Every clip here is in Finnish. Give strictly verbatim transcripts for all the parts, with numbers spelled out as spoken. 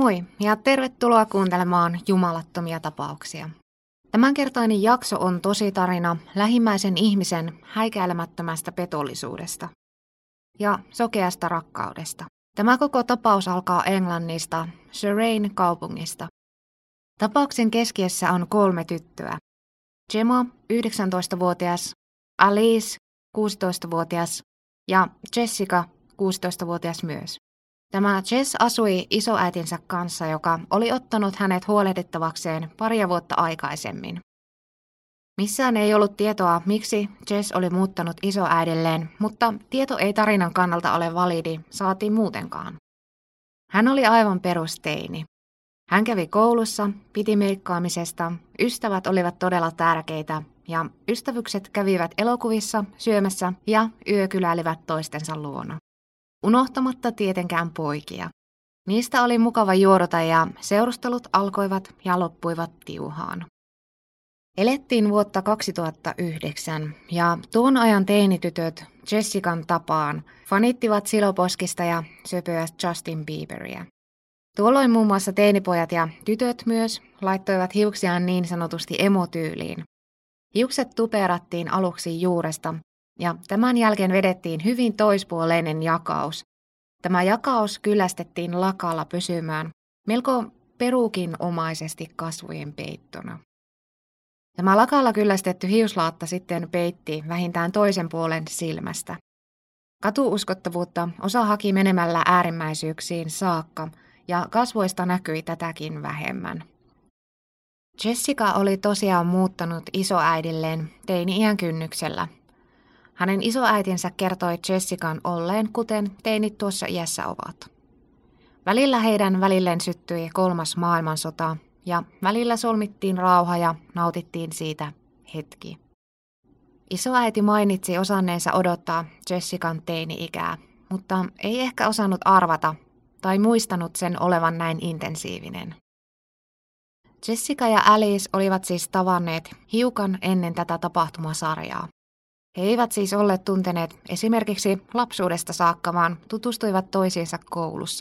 Moi ja tervetuloa kuuntelemaan Jumalattomia tapauksia. Tämänkertainen jakso on tositarina lähimmäisen ihmisen häikäilemättömästä petollisuudesta ja sokeasta rakkaudesta. Tämä koko tapaus alkaa Englannista, Surreyn kaupungista. Tapauksen keskiössä on kolme tyttöä. Gemma, yhdeksäntoistavuotias, Alice, kuusitoistavuotias ja Jessica, kuusitoistavuotias myös. Tämä Jess asui isoäitinsä kanssa, joka oli ottanut hänet huolehdittavakseen paria vuotta aikaisemmin. Missään ei ollut tietoa, miksi Jess oli muuttanut isoäidilleen, mutta tieto ei tarinan kannalta ole validi, saatiin muutenkaan. Hän oli aivan perusteini. Hän kävi koulussa, piti meikkaamisesta, ystävät olivat todella tärkeitä ja ystävykset kävivät elokuvissa, syömässä ja yökyläilivät toistensa luona. Unohtamatta tietenkään poikia. Niistä oli mukava juorota ja seurustelut alkoivat ja loppuivat tiuhaan. Elettiin vuotta kaksituhattayhdeksän ja tuon ajan teinitytöt Jessican tapaan fanittivat Siloposkista ja söpöä Justin Bieberia. Tuolloin muun muassa teinipojat ja tytöt myös laittoivat hiuksiaan niin sanotusti emotyyliin. Hiukset tuperattiin aluksi juuresta ja tämän jälkeen vedettiin hyvin toispuoleinen jakaus. Tämä jakaus kyllästettiin lakalla pysymään melko peruukinomaisesti kasvojen peittona. Tämä lakalla kyllästetty hiuslaatta sitten peitti vähintään toisen puolen silmästä. Katuuskottavuutta osa haki menemällä äärimmäisyyksiin saakka ja kasvoista näkyi tätäkin vähemmän. Jessica oli tosiaan muuttanut isoäidilleen teini-iän kynnyksellä. Hänen isoäitinsä kertoi Jessican olleen, kuten teinit tuossa iässä ovat. Välillä heidän välilleen syttyi kolmas maailmansota ja välillä solmittiin rauha ja nautittiin siitä hetki. Isoäiti mainitsi osanneensa odottaa Jessican teini-ikää, mutta ei ehkä osannut arvata tai muistanut sen olevan näin intensiivinen. Jessica ja Alice olivat siis tavanneet hiukan ennen tätä tapahtumasarjaa. He eivät siis olleet tunteneet esimerkiksi lapsuudesta saakka, vaan tutustuivat toisiinsa koulussa.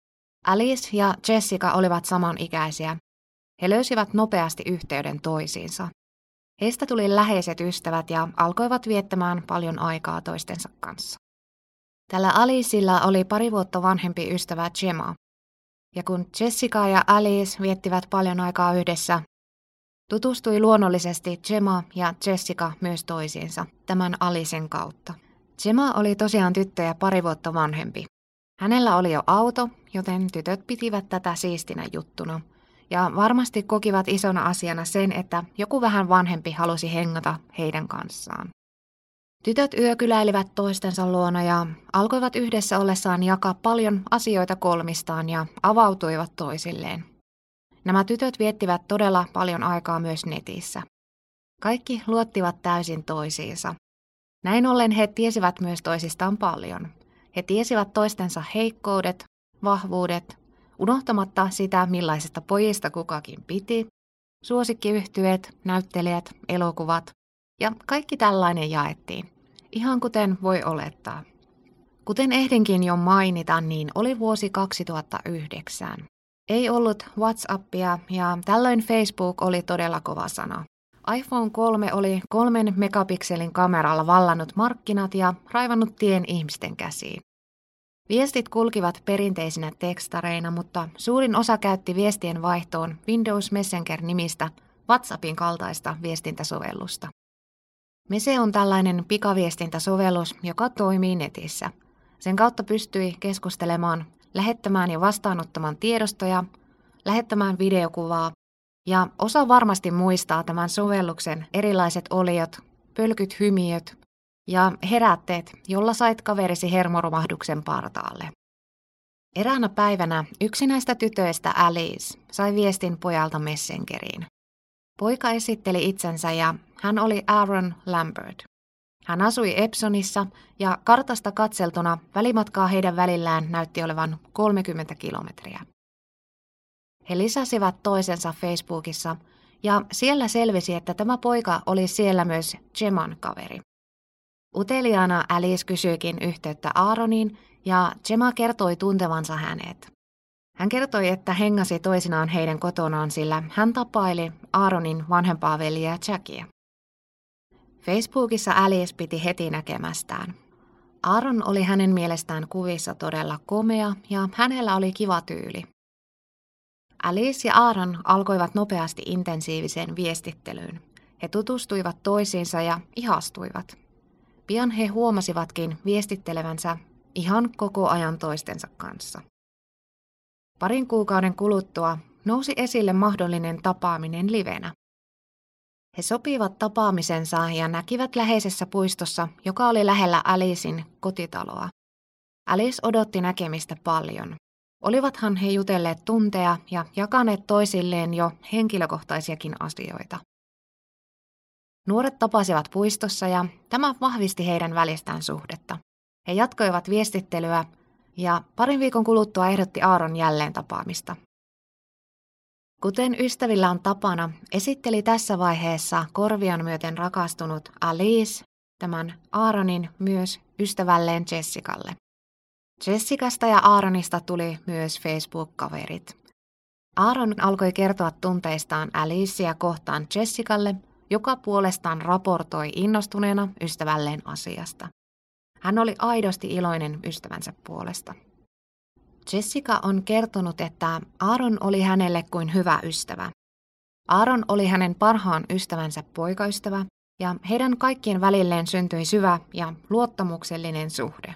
Alice ja Jessica olivat samanikäisiä. He löysivät nopeasti yhteyden toisiinsa. Heistä tuli läheiset ystävät ja alkoivat viettämään paljon aikaa toistensa kanssa. Tällä Alicella oli pari vuotta vanhempi ystävä Gemma. Ja kun Jessica ja Alice viettivät paljon aikaa yhdessä, tutustui luonnollisesti Gemma ja Jessica myös toisiinsa tämän Alicen kautta. Gemma oli tosiaan tyttöjä pari vuotta vanhempi. Hänellä oli jo auto, joten tytöt pitivät tätä siistinä juttuna. Ja varmasti kokivat isona asiana sen, että joku vähän vanhempi halusi hengata heidän kanssaan. Tytöt yökyläilivät toistensa luona ja alkoivat yhdessä ollessaan jakaa paljon asioita kolmistaan ja avautuivat toisilleen. Nämä tytöt viettivät todella paljon aikaa myös netissä. Kaikki luottivat täysin toisiinsa. Näin ollen he tiesivät myös toisistaan paljon. He tiesivät toistensa heikkoudet, vahvuudet, unohtamatta sitä, millaisista pojista kukakin piti, suosikkiyhtyeet, näyttelijät, elokuvat ja kaikki tällainen jaettiin, ihan kuten voi olettaa. Kuten ehdinkin jo mainita, niin oli vuosi kaksituhattayhdeksän. Ei ollut WhatsAppia ja tällöin Facebook oli todella kova sana. iPhone kolme oli kolmen megapikselin kameralla vallannut markkinat ja raivannut tien ihmisten käsiin. Viestit kulkivat perinteisinä tekstareina, mutta suurin osa käytti viestien vaihtoon Windows Messenger-nimistä WhatsAppin kaltaista viestintäsovellusta. Mese on tällainen pikaviestintäsovellus, joka toimii netissä. Sen kautta pystyi keskustelemaan, lähettämään ja vastaanottamaan tiedostoja, lähettämään videokuvaa, ja osa varmasti muistaa tämän sovelluksen erilaiset oliot, pölkyt hymiöt ja herätteet, jolla sait kaverisi hermoromahduksen partaalle. Eräänä päivänä yksi näistä tytöistä, Alice, sai viestin pojalta Messengeriin. Poika esitteli itsensä ja hän oli Aaron Lambert. Hän asui Epsonissa ja kartasta katseltuna välimatkaa heidän välillään näytti olevan kolmekymmentä kilometriä. He lisäsivät toisensa Facebookissa ja siellä selvisi, että tämä poika oli siellä myös Gemman kaveri. Uteliaana Alice kysyikin yhteyttä Aaroniin ja Gemma kertoi tuntevansa hänet. Hän kertoi, että hengasi toisinaan heidän kotonaan, sillä hän tapaili Aaronin vanhempaa veljeä Jackia. Facebookissa Alice piti heti näkemästään. Aaron oli hänen mielestään kuvissa todella komea ja hänellä oli kiva tyyli. Alice ja Aaron alkoivat nopeasti intensiiviseen viestittelyyn. He tutustuivat toisiinsa ja ihastuivat. Pian he huomasivatkin viestittelevänsä ihan koko ajan toistensa kanssa. Parin kuukauden kuluttua nousi esille mahdollinen tapaaminen livenä. He sopivat tapaamisensa ja näkivät läheisessä puistossa, joka oli lähellä Alicen kotitaloa. Alice odotti näkemistä paljon. Olivathan he jutelleet tunteja ja jakaneet toisilleen jo henkilökohtaisiakin asioita. Nuoret tapasivat puistossa ja tämä vahvisti heidän välistään suhdetta. He jatkoivat viestittelyä ja parin viikon kuluttua ehdotti Aaron jälleen tapaamista. Kuten ystävillä on tapana, esitteli tässä vaiheessa korvian myöten rakastunut Alice tämän Aaronin myös ystävälleen Jessicalle. Jessicasta ja Aaronista tuli myös Facebook-kaverit. Aaron alkoi kertoa tunteistaan Alicea kohtaan Jessicalle, joka puolestaan raportoi innostuneena ystävälleen asiasta. Hän oli aidosti iloinen ystävänsä puolesta. Jessica on kertonut, että Aaron oli hänelle kuin hyvä ystävä. Aaron oli hänen parhaan ystävänsä poikaystävä ja heidän kaikkien välilleen syntyi syvä ja luottamuksellinen suhde.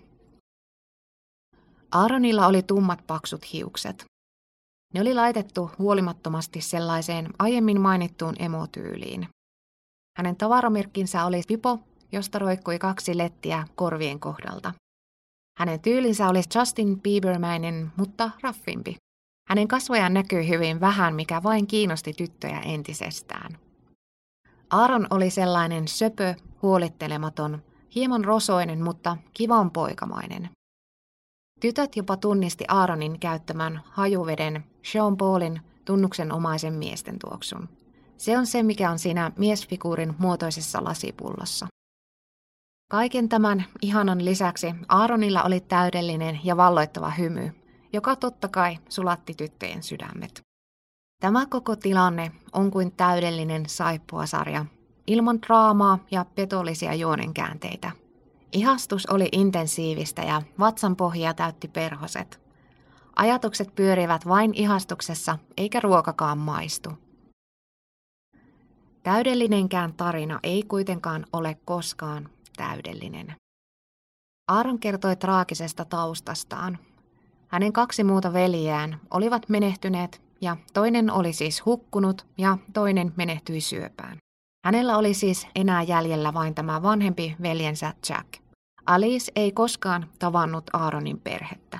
Aaronilla oli tummat paksut hiukset. Ne oli laitettu huolimattomasti sellaiseen aiemmin mainittuun emotyyliin. Hänen tavaramerkkinsä oli pipo, josta roikkui kaksi lettiä korvien kohdalta. Hänen tyylinsä oli Justin Biebermäinen, mutta raffimpi. Hänen kasvojaan näkyi hyvin vähän, mikä vain kiinnosti tyttöjä entisestään. Aaron oli sellainen söpö, huolittelematon, hieman rosoinen, mutta kivan poikamainen. Tytöt jopa tunnisti Aaronin käyttämän hajuveden Sean Paulin tunnuksenomaisen miesten tuoksun. Se on se, mikä on siinä miesfiguurin muotoisessa lasipullossa. Kaiken tämän ihanan lisäksi Aaronilla oli täydellinen ja valloittava hymy, joka totta kai sulatti tyttöjen sydämet. Tämä koko tilanne on kuin täydellinen saippuasarja, ilman draamaa ja petollisia juonenkäänteitä. Ihastus oli intensiivistä ja vatsanpohjia täytti perhoset. Ajatukset pyörivät vain ihastuksessa, eikä ruokakaan maistu. Täydellinenkään tarina ei kuitenkaan ole koskaan täydellinen. Aaron kertoi traagisesta taustastaan. Hänen kaksi muuta veljeään olivat menehtyneet ja toinen oli siis hukkunut ja toinen menehtyi syöpään. Hänellä oli siis enää jäljellä vain tämä vanhempi veljensä Jack. Alice ei koskaan tavannut Aaronin perhettä.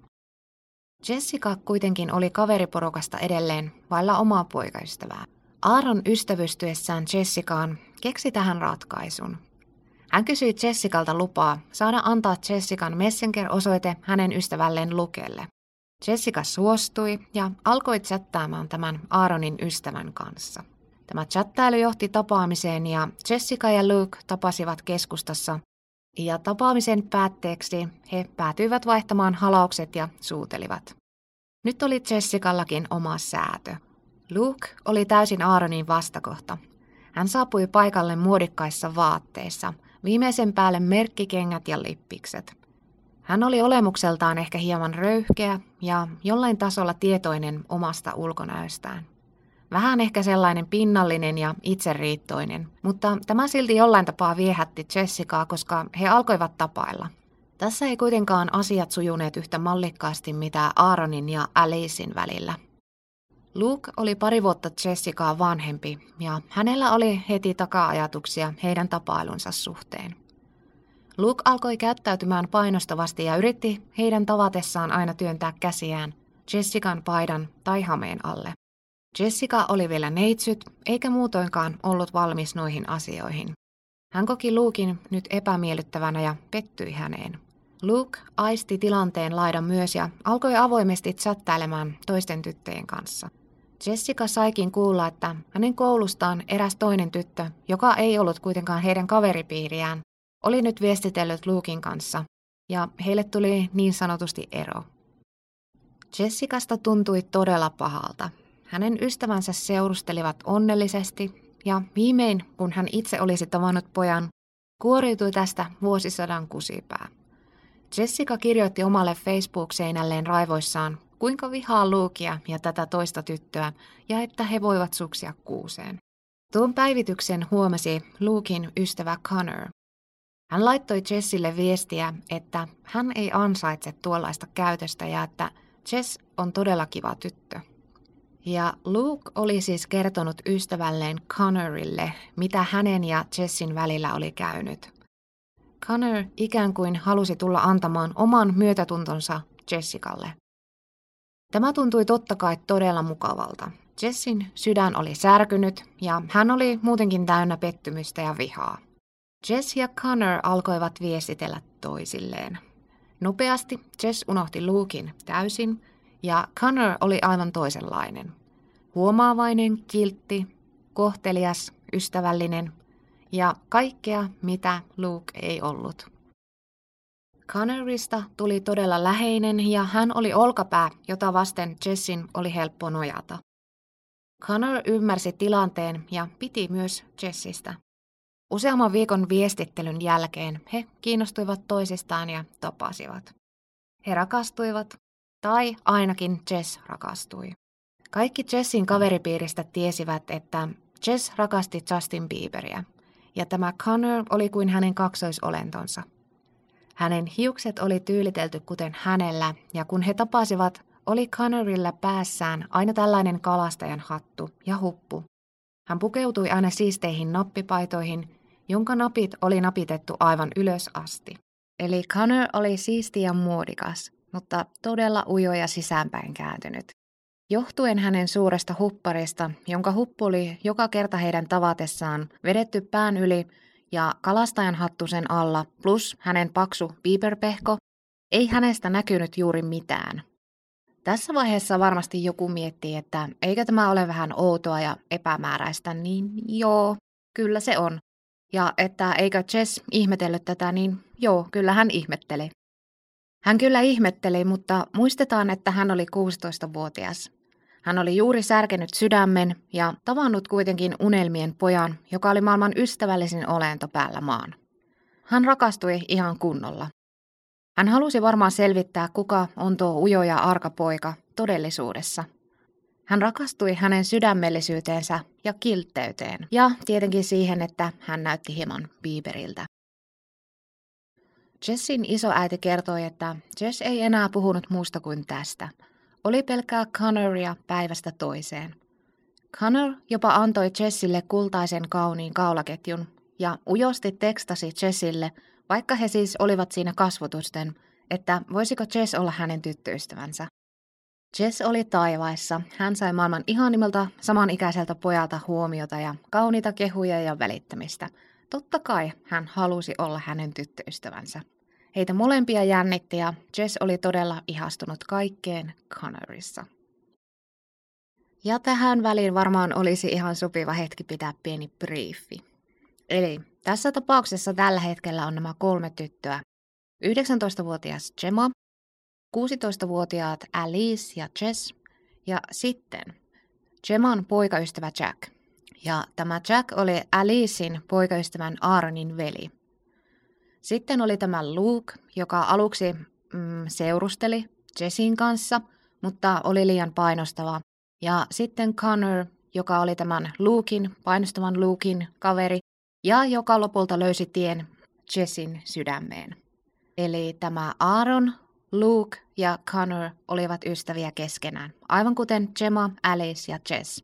Jessica kuitenkin oli kaveriporukasta edelleen vailla omaa poikaystävää. Aaron ystävystyessään Jessicaan keksi tähän ratkaisun. Hän kysyi Jessicalta lupaa saada antaa Jessican Messenger-osoite hänen ystävälleen Lukelle. Jessica suostui ja alkoi chattaamaan tämän Aaronin ystävän kanssa. Tämä chattailu johti tapaamiseen ja Jessica ja Luke tapasivat keskustassa ja tapaamisen päätteeksi he päätyivät vaihtamaan halaukset ja suutelivat. Nyt oli Jessicallakin oma säätö. Luke oli täysin Aaronin vastakohta. Hän saapui paikalle muodikkaissa vaatteissa, viimeisen päälle merkkikengät ja lippikset. Hän oli olemukseltaan ehkä hieman röyhkeä ja jollain tasolla tietoinen omasta ulkonäöstään. Vähän ehkä sellainen pinnallinen ja itseriittoinen, mutta tämä silti jollain tapaa viehätti Jessicaa, koska he alkoivat tapailla. Tässä ei kuitenkaan asiat sujuneet yhtä mallikkaasti mitä Aaronin ja Alicen välillä. Luke oli pari vuotta Jessicaa vanhempi ja hänellä oli heti taka-ajatuksia heidän tapailunsa suhteen. Luke alkoi käyttäytymään painostavasti ja yritti heidän tavatessaan aina työntää käsiään Jessican paidan tai hameen alle. Jessica oli vielä neitsyt eikä muutoinkaan ollut valmis noihin asioihin. Hän koki Luken nyt epämiellyttävänä ja pettyi häneen. Luke aisti tilanteen laidan myös ja alkoi avoimesti chattailemaan toisten tyttöjen kanssa. Jessica saikin kuulla, että hänen koulustaan eräs toinen tyttö, joka ei ollut kuitenkaan heidän kaveripiiriään, oli nyt viestitellyt Luken kanssa ja heille tuli niin sanotusti ero. Jessicasta tuntui todella pahalta. Hänen ystävänsä seurustelivat onnellisesti ja viimein, kun hän itse olisi tavannut pojan, kuoriutui tästä vuosisadan kusipää. Jessica kirjoitti omalle Facebook-seinälleen raivoissaan, kuinka vihaa Lukea ja tätä toista tyttöä ja että he voivat suksia kuuseen. Tuon päivityksen huomasi Luken ystävä Connor. Hän laittoi Jessille viestiä, että hän ei ansaitse tuollaista käytöstä ja että Jess on todella kiva tyttö. Ja Luke oli siis kertonut ystävälleen Connorille, mitä hänen ja Jessin välillä oli käynyt. Connor ikään kuin halusi tulla antamaan oman myötätuntonsa Jessicalle. Tämä tuntui totta kai todella mukavalta. Jessin sydän oli särkynyt ja hän oli muutenkin täynnä pettymystä ja vihaa. Jess ja Connor alkoivat viestitellä toisilleen. Nopeasti Jess unohti Luken täysin ja Connor oli aivan toisenlainen. Huomaavainen, kiltti, kohtelias, ystävällinen ja kaikkea, mitä Luke ei ollut. Connorista tuli todella läheinen ja hän oli olkapää, jota vasten Jessin oli helppo nojata. Connor ymmärsi tilanteen ja piti myös Jessistä. Useamman viikon viestittelyn jälkeen he kiinnostuivat toisistaan ja tapasivat. He rakastuivat, tai ainakin Jess rakastui. Kaikki Jessin kaveripiiristä tiesivät, että Jess rakasti Justin Bieberia, ja tämä Connor oli kuin hänen kaksoisolentonsa. Hänen hiukset oli tyylitelty kuten hänellä, ja kun he tapasivat, oli Connorilla päässään aina tällainen kalastajan hattu ja huppu. Hän pukeutui aina siisteihin nappipaitoihin, jonka napit oli napitettu aivan ylös asti. Eli Connor oli siisti ja muodikas, mutta todella ujo ja sisäänpäin kääntynyt. Johtuen hänen suuresta hupparista, jonka huppu oli joka kerta heidän tavatessaan vedetty pään yli ja kalastajan hattu sen alla, plus hänen paksu Bieber-pehko, ei hänestä näkynyt juuri mitään. Tässä vaiheessa varmasti joku miettii, että eikö tämä ole vähän outoa ja epämääräistä, niin joo, kyllä se on. Ja että eikö Jess ihmetellyt tätä, niin joo, kyllä hän ihmetteli. Hän kyllä ihmetteli, mutta muistetaan, että hän oli kuusitoistavuotias. Hän oli juuri särkenyt sydämen ja tavannut kuitenkin unelmien pojan, joka oli maailman ystävällisin olento päällä maan. Hän rakastui ihan kunnolla. Hän halusi varmaan selvittää, kuka on tuo ujo ja arka poika todellisuudessa. Hän rakastui hänen sydämellisyyteensä ja kiltteyteen ja tietenkin siihen, että hän näytti hieman Bieberiltä. Jessin isoäiti kertoi, että Jess ei enää puhunut muusta kuin tästä. Oli pelkkää Connoria päivästä toiseen. Connor jopa antoi Jessille kultaisen kauniin kaulaketjun ja ujosti tekstasi Jessille, vaikka he siis olivat siinä kasvotusten, että voisiko Jess olla hänen tyttöystävänsä. Jess oli taivaissa. Hän sai maailman ihanimmalta samanikäiseltä pojalta huomiota ja kauniita kehuja ja välittämistä. Totta kai hän halusi olla hänen tyttöystävänsä. Heitä molempia jännitti ja Jess oli todella ihastunut kaikkeen Connorissa. Ja tähän väliin varmaan olisi ihan sopiva hetki pitää pieni briefi. Eli tässä tapauksessa tällä hetkellä on nämä kolme tyttöä. yhdeksäntoistavuotias Gemma, kuusitoistavuotiaat Alice ja Jess ja sitten Gemman poikaystävä Jack. Ja tämä Jack oli Alicen poikaystävän Aaronin veli. Sitten oli tämä Luke, joka aluksi mm, seurusteli Jessin kanssa, mutta oli liian painostava. Ja sitten Connor, joka oli tämän Luken, painostavan Luken kaveri, ja joka lopulta löysi tien Jessin sydämeen. Eli tämä Aaron, Luke ja Connor olivat ystäviä keskenään, aivan kuten Gemma, Alice ja Jess.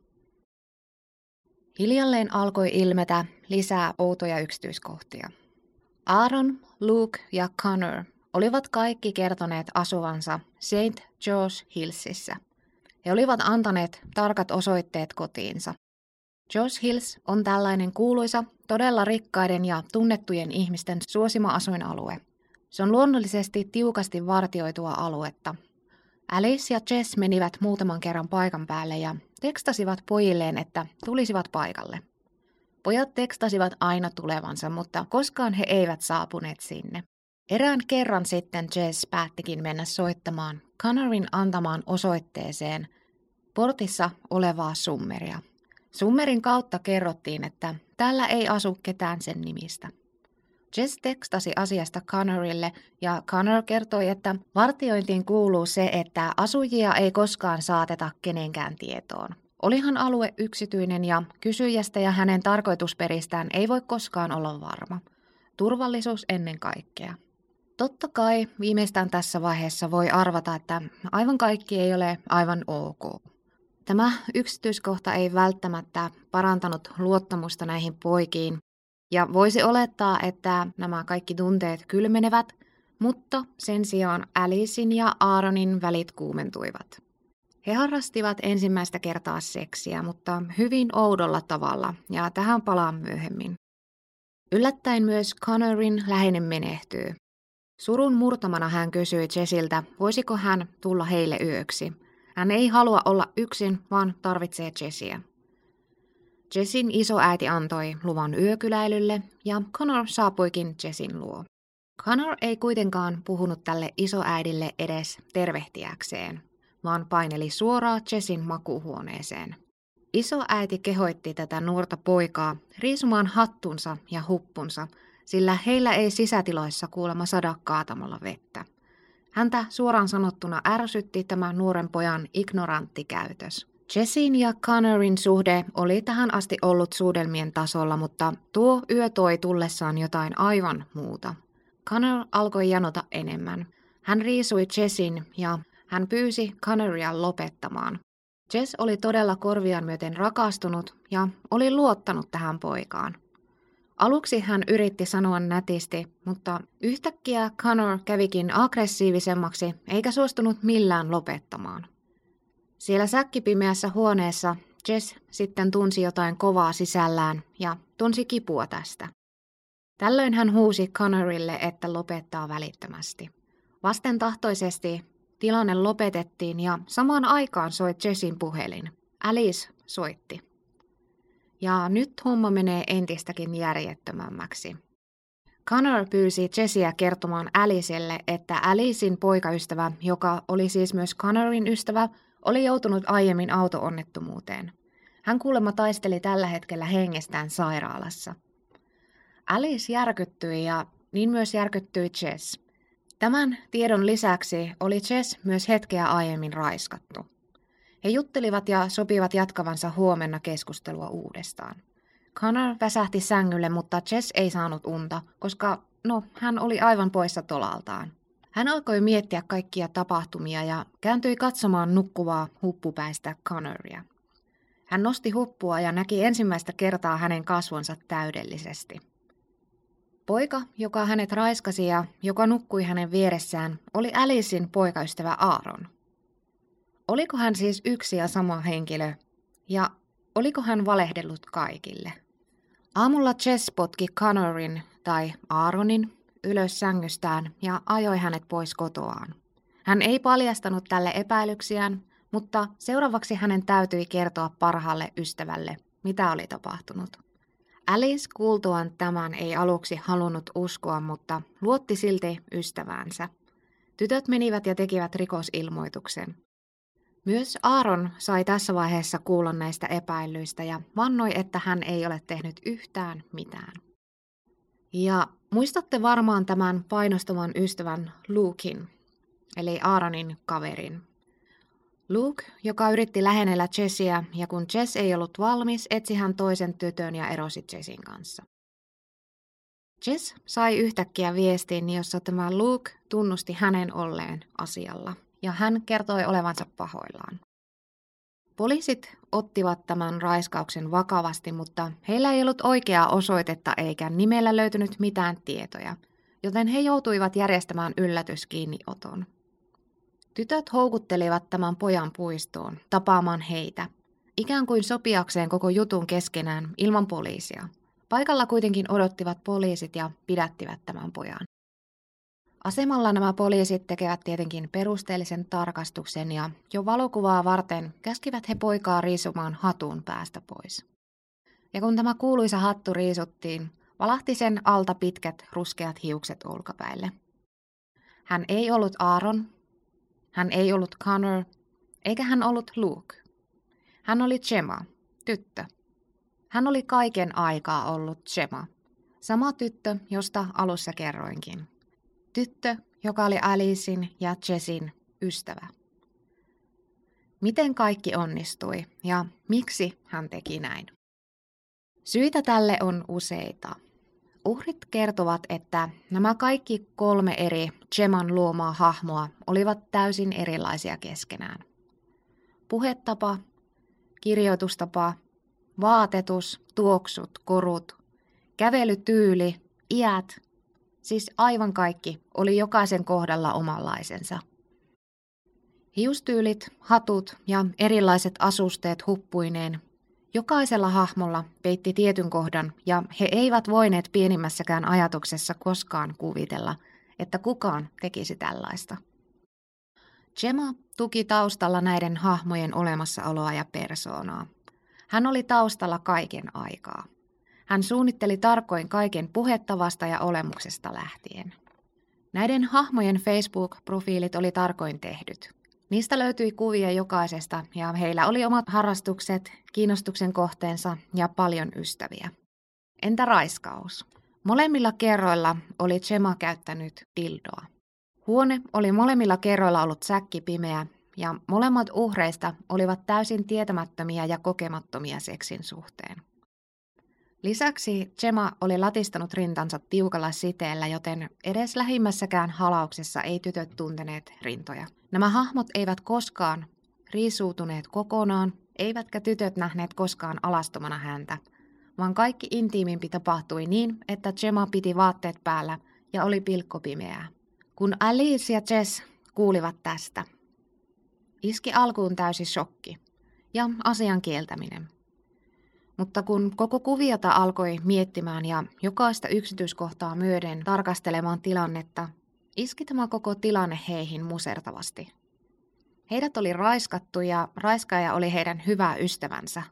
Hiljalleen alkoi ilmetä lisää outoja yksityiskohtia. Aaron, Luke ja Connor olivat kaikki kertoneet asuvansa Saint George Hillsissä. He olivat antaneet tarkat osoitteet kotiinsa. George Hills on tällainen kuuluisa, todella rikkaiden ja tunnettujen ihmisten suosima asuinalue. Se on luonnollisesti tiukasti vartioitua aluetta. Alice ja Jess menivät muutaman kerran paikan päälle ja tekstasivat pojilleen, että tulisivat paikalle. Pojat tekstasivat aina tulevansa, mutta koskaan he eivät saapuneet sinne. Erään kerran sitten Jess päättikin mennä soittamaan Connorin antamaan osoitteeseen portissa olevaa summeria. Summerin kautta kerrottiin, että täällä ei asu ketään sen nimistä. Jess tekstasi asiasta Connorille ja Connor kertoi, että vartiointiin kuuluu se, että asujia ei koskaan saateta kenenkään tietoon. Olihan alue yksityinen ja kysyjästä ja hänen tarkoitusperistään ei voi koskaan olla varma. Turvallisuus ennen kaikkea. Totta kai viimeistään tässä vaiheessa voi arvata, että aivan kaikki ei ole aivan ok. Tämä yksityiskohta ei välttämättä parantanut luottamusta näihin poikiin, ja voisi olettaa, että nämä kaikki tunteet kylmenevät, mutta sen sijaan Alicen ja Aaronin välit kuumentuivat. He harrastivat ensimmäistä kertaa seksiä, mutta hyvin oudolla tavalla, ja tähän palaan myöhemmin. Yllättäen myös Connorin läheinen menehtyy. Surun murtamana hän kysyi Jessiltä, voisiko hän tulla heille yöksi. Hän ei halua olla yksin, vaan tarvitsee Jessiä. Jessin isoäiti antoi luvan yökyläilylle ja Connor saapuikin Jessin luo. Connor ei kuitenkaan puhunut tälle isoäidille edes tervehtiäkseen, vaan paineli suoraan Jessin makuuhuoneeseen. Isoäiti kehoitti tätä nuorta poikaa riisumaan hattunsa ja huppunsa, sillä heillä ei sisätiloissa kuulemma sada kaatamalla vettä. Häntä suoraan sanottuna ärsytti tämä nuoren pojan ignorantti käytös. Jessin ja Connorin suhde oli tähän asti ollut suudelmien tasolla, mutta tuo yö toi tullessaan jotain aivan muuta. Connor alkoi janota enemmän. Hän riisui Jessin ja hän pyysi Connoria lopettamaan. Jess oli todella korviaan myöten rakastunut ja oli luottanut tähän poikaan. Aluksi hän yritti sanoa nätisti, mutta yhtäkkiä Connor kävikin aggressiivisemmaksi eikä suostunut millään lopettamaan. Siellä säkkipimeässä huoneessa Jess sitten tunsi jotain kovaa sisällään ja tunsi kipua tästä. Tällöin hän huusi Connorille, että lopettaa välittömästi. Vastentahtoisesti tilanne lopetettiin ja samaan aikaan soi Jessin puhelin. Alice soitti. Ja nyt homma menee entistäkin järjettömämmäksi. Connor pyysi Jessiä kertomaan Alicelle, että Alicen poikaystävä, joka oli siis myös Connorin ystävä, oli joutunut aiemmin auto-onnettomuuteen. Hän kuulemma taisteli tällä hetkellä hengestään sairaalassa. Alice järkyttyi ja niin myös järkyttyi Jess. Tämän tiedon lisäksi oli Jess myös hetkeä aiemmin raiskattu. He juttelivat ja sopivat jatkavansa huomenna keskustelua uudestaan. Connor väsähti sängylle, mutta Jess ei saanut unta, koska no, hän oli aivan poissa tolaltaan. Hän alkoi miettiä kaikkia tapahtumia ja kääntyi katsomaan nukkuvaa huppupäistä Connoria. Hän nosti huppua ja näki ensimmäistä kertaa hänen kasvonsa täydellisesti. Poika, joka hänet raiskasi ja joka nukkui hänen vieressään, oli Alicen poikaystävä Aaron. Oliko hän siis yksi ja sama henkilö, ja oliko hän valehdellut kaikille? Aamulla Jess potki Connorin tai Aaronin ylös sängystään ja ajoi hänet pois kotoaan. Hän ei paljastanut tälle epäilyksiään, mutta seuraavaksi hänen täytyi kertoa parhaalle ystävälle, mitä oli tapahtunut. Alice kuultuaan tämän ei aluksi halunnut uskoa, mutta luotti silti ystäväänsä. Tytöt menivät ja tekivät rikosilmoituksen. Myös Aaron sai tässä vaiheessa kuulla näistä epäilyistä ja vannoi, että hän ei ole tehnyt yhtään mitään. Ja muistatte varmaan tämän painostavan ystävän Luken, eli Aaronin kaverin. Luke, joka yritti lähennellä Jessiä, ja kun Jess ei ollut valmis, etsi hän toisen tytön ja erosi Jessin kanssa. Jess sai yhtäkkiä viestin, jossa tämä Luke tunnusti hänen olleen asialla, ja hän kertoi olevansa pahoillaan. Poliisit ottivat tämän raiskauksen vakavasti, mutta heillä ei ollut oikeaa osoitetta eikä nimellä löytynyt mitään tietoja, joten he joutuivat järjestämään yllätyskiinnioton. Tytöt houkuttelivat tämän pojan puistoon tapaamaan heitä, ikään kuin sopiakseen koko jutun keskenään ilman poliisia. Paikalla kuitenkin odottivat poliisit ja pidättivät tämän pojan. Asemalla nämä poliisit tekevät tietenkin perusteellisen tarkastuksen ja jo valokuvaa varten käskivät he poikaa riisumaan hatun päästä pois. Ja kun tämä kuuluisa hattu riisuttiin, valahti sen alta pitkät ruskeat hiukset olkapäille. Hän ei ollut Aaron, Hän ei ollut Connor, eikä hän ollut Luke. Hän oli Gemma, tyttö. Hän oli kaiken aikaa ollut Gemma. Sama tyttö, josta alussa kerroinkin. Tyttö, joka oli Alicen ja Jessin ystävä. Miten kaikki onnistui ja miksi hän teki näin? Syitä tälle on useita. Uhrit kertovat, että nämä kaikki kolme eri Gemman luomaa hahmoa olivat täysin erilaisia keskenään. Puhetapa, kirjoitustapa, vaatetus, tuoksut, korut, kävelytyyli, iät, siis aivan kaikki oli jokaisen kohdalla omanlaisensa. Hiustyylit, hatut ja erilaiset asusteet huppuineen. Jokaisella hahmolla peitti tietyn kohdan ja he eivät voineet pienimmässäkään ajatuksessa koskaan kuvitella, että kukaan tekisi tällaista. Gemma tuki taustalla näiden hahmojen olemassaoloa ja persoonaa. Hän oli taustalla kaiken aikaa. Hän suunnitteli tarkoin kaiken puhettavasta ja olemuksesta lähtien. Näiden hahmojen Facebook-profiilit oli tarkoin tehdyt. Niistä löytyi kuvia jokaisesta ja heillä oli omat harrastukset, kiinnostuksen kohteensa ja paljon ystäviä. Entä raiskaus? Molemmilla kerroilla oli Gemma käyttänyt dildoa. Huone oli molemmilla kerroilla ollut säkkipimeä ja molemmat uhreista olivat täysin tietämättömiä ja kokemattomia seksin suhteen. Lisäksi Gemma oli latistanut rintansa tiukalla siteellä, joten edes lähimmässäkään halauksessa ei tytöt tunteneet rintoja. Nämä hahmot eivät koskaan riisuutuneet kokonaan, eivätkä tytöt nähneet koskaan alastomana häntä, vaan kaikki intiimimpi tapahtui niin, että Gemma piti vaatteet päällä ja oli pilkkopimeää. Kun Alice ja Jess kuulivat tästä, iski alkuun täysi shokki ja asian kieltäminen. Mutta kun koko kuviota alkoi miettimään ja jokaista yksityiskohtaa myöden tarkastelemaan tilannetta, iski tämä koko tilanne heihin musertavasti. Heidät oli raiskattu ja raiskaaja oli heidän hyvä ystävänsä.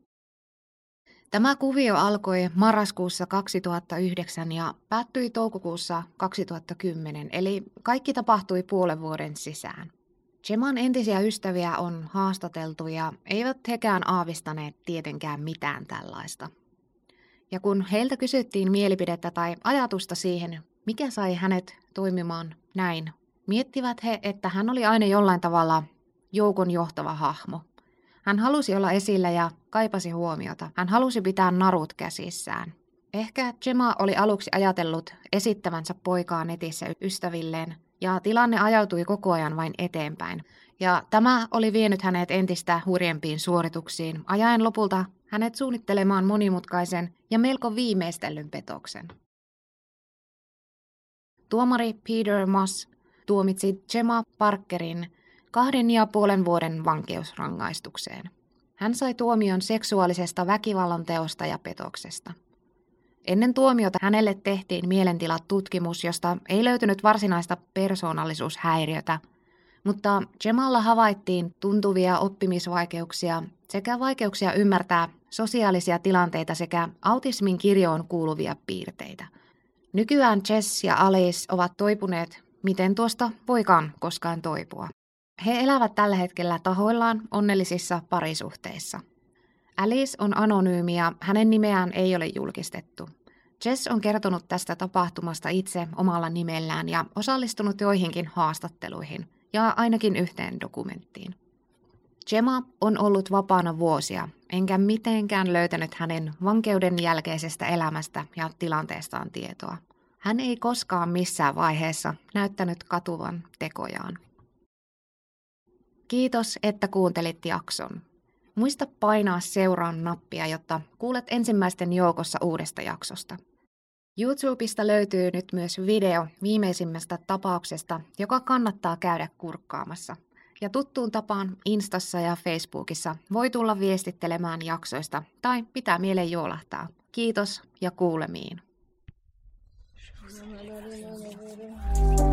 Tämä kuvio alkoi marraskuussa kaksituhattayhdeksän ja päättyi toukokuussa kaksituhattakymmenen, eli kaikki tapahtui puolen vuoden sisään. Gemman entisiä ystäviä on haastateltu ja eivät hekään aavistaneet tietenkään mitään tällaista. Ja kun heiltä kysyttiin mielipidettä tai ajatusta siihen, mikä sai hänet toimimaan näin, miettivät he, että hän oli aina jollain tavalla joukon johtava hahmo. Hän halusi olla esillä ja kaipasi huomiota. Hän halusi pitää narut käsissään. Ehkä Gemma oli aluksi ajatellut esittävänsä poikaa netissä ystävilleen, ja tilanne ajautui koko ajan vain eteenpäin. Ja tämä oli vienyt hänet entistä hurjempiin suorituksiin, ajaen lopulta hänet suunnittelemaan monimutkaisen ja melko viimeistellyn petoksen. Tuomari Peter Moss tuomitsi Gemma Parkerin kahden ja puolen vuoden vankeusrangaistukseen. Hän sai tuomion seksuaalisesta väkivallanteosta ja petoksesta. Ennen tuomiota hänelle tehtiin mielentilatutkimus, josta ei löytynyt varsinaista persoonallisuushäiriötä, mutta Gemmalla havaittiin tuntuvia oppimisvaikeuksia sekä vaikeuksia ymmärtää sosiaalisia tilanteita sekä autismin kirjoon kuuluvia piirteitä. Nykyään Jess ja Alice ovat toipuneet, miten tuosta voikaan koskaan toipua. He elävät tällä hetkellä tahoillaan onnellisissa parisuhteissa. Alice on anonyymi ja hänen nimeään ei ole julkistettu. Jess on kertonut tästä tapahtumasta itse omalla nimellään ja osallistunut joihinkin haastatteluihin ja ainakin yhteen dokumenttiin. Gemma on ollut vapaana vuosia, enkä mitenkään löytänyt hänen vankeuden jälkeisestä elämästä ja tilanteestaan tietoa. Hän ei koskaan missään vaiheessa näyttänyt katuvan tekojaan. Kiitos, että kuuntelit jakson. Muista painaa seuraan nappia, jotta kuulet ensimmäisten joukossa uudesta jaksosta. YouTubesta löytyy nyt myös video viimeisimmästä tapauksesta, joka kannattaa käydä kurkkaamassa. Ja tuttuun tapaan Instassa ja Facebookissa voi tulla viestittelemään jaksoista tai pitää mieleen juolahtaa. Kiitos ja kuulemiin.